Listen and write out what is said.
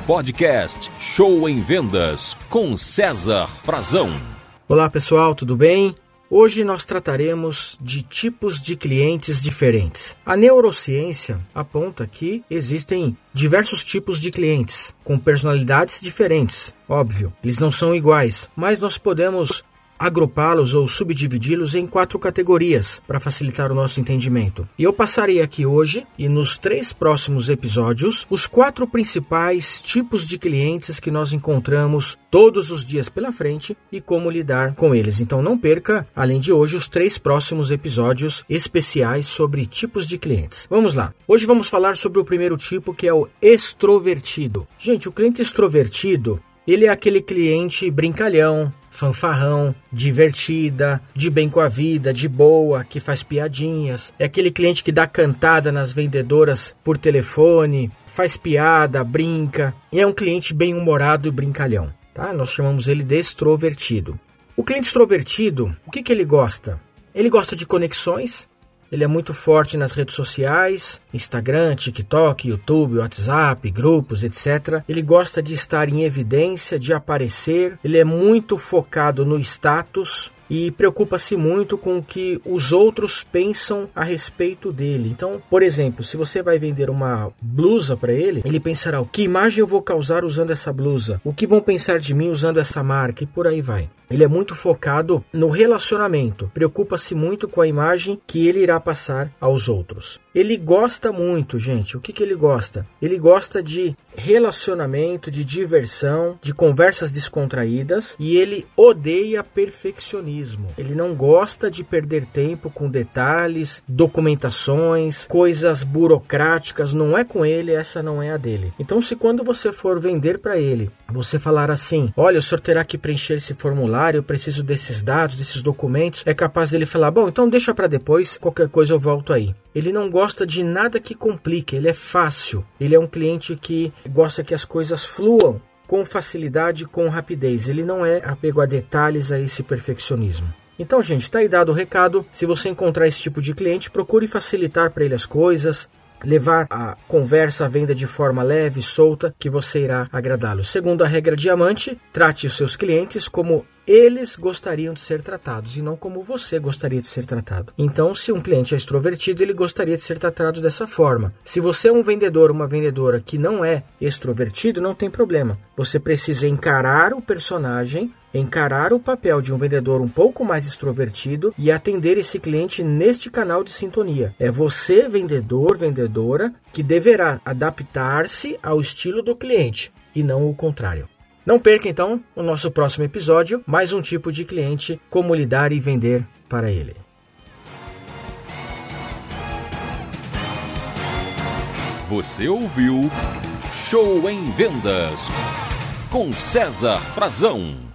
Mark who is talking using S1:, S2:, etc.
S1: Podcast Show em Vendas com César Frazão.
S2: Olá pessoal, tudo bem? Hoje nós trataremos de tipos de clientes diferentes. A neurociência aponta que existem diversos tipos de clientes, com personalidades diferentes. Óbvio, eles não são iguais, mas nós podemos agrupá-los ou subdividi-los em 4 categorias para facilitar o nosso entendimento. E eu passarei aqui hoje e nos 3 próximos episódios os 4 principais tipos de clientes que nós encontramos todos os dias pela frente e como lidar com eles. Então não perca, além de hoje, os 3 próximos episódios especiais sobre tipos de clientes. Vamos lá. Hoje vamos falar sobre o primeiro tipo, que é o extrovertido. Gente, o cliente extrovertido, ele é aquele cliente brincalhão, fanfarrão, divertida, de bem com a vida, de boa, que faz piadinhas. É aquele cliente que dá cantada nas vendedoras por telefone, faz piada, brinca. E é um cliente bem-humorado e brincalhão, tá? Nós chamamos ele de extrovertido. O cliente extrovertido, o que ele gosta? Ele gosta de conexões. Ele é muito forte nas redes sociais, Instagram, TikTok, YouTube, WhatsApp, grupos, etc. Ele gosta de estar em evidência, de aparecer. Ele é muito focado no status e preocupa-se muito com o que os outros pensam a respeito dele. Então, por exemplo, se você vai vender uma blusa para ele, ele pensará: que imagem eu vou causar usando essa blusa? O que vão pensar de mim usando essa marca? E por aí vai. Ele é muito focado no relacionamento, preocupa-se muito com a imagem que ele irá passar aos outros. Ele gosta muito, gente, o que ele gosta? Ele gosta de relacionamento, de diversão, de conversas descontraídas, e ele odeia perfeccionismo. Ele não gosta de perder tempo com detalhes, documentações, coisas burocráticas. Não é com ele, essa não é a dele. Então, se quando você for vender para ele, você falar assim: olha, o senhor terá que preencher esse formulário, eu preciso desses dados, desses documentos, é capaz dele falar: bom, então deixa para depois, qualquer coisa eu volto aí. Ele não gosta de nada que complique, ele é fácil. Ele é um cliente que gosta que as coisas fluam com facilidade, com rapidez. Ele não é apego a detalhes, a esse perfeccionismo. Então, gente, tá aí dado o recado. Se você encontrar esse tipo de cliente, procure facilitar para ele as coisas, levar a conversa, a venda de forma leve, solta, que você irá agradá-lo. Segundo a regra diamante, trate os seus clientes como eles gostariam de ser tratados e não como você gostaria de ser tratado. Então, se um cliente é extrovertido, ele gostaria de ser tratado dessa forma. Se você é um vendedor, uma vendedora que não é extrovertido, não tem problema. Você precisa encarar o personagem, encarar o papel de um vendedor um pouco mais extrovertido e atender esse cliente neste canal de sintonia. É você, vendedor, vendedora, que deverá adaptar-se ao estilo do cliente e não o contrário. Não perca então o nosso próximo episódio, mais um tipo de cliente, como lidar e vender para ele.
S1: Você ouviu Show em Vendas com César Frazão.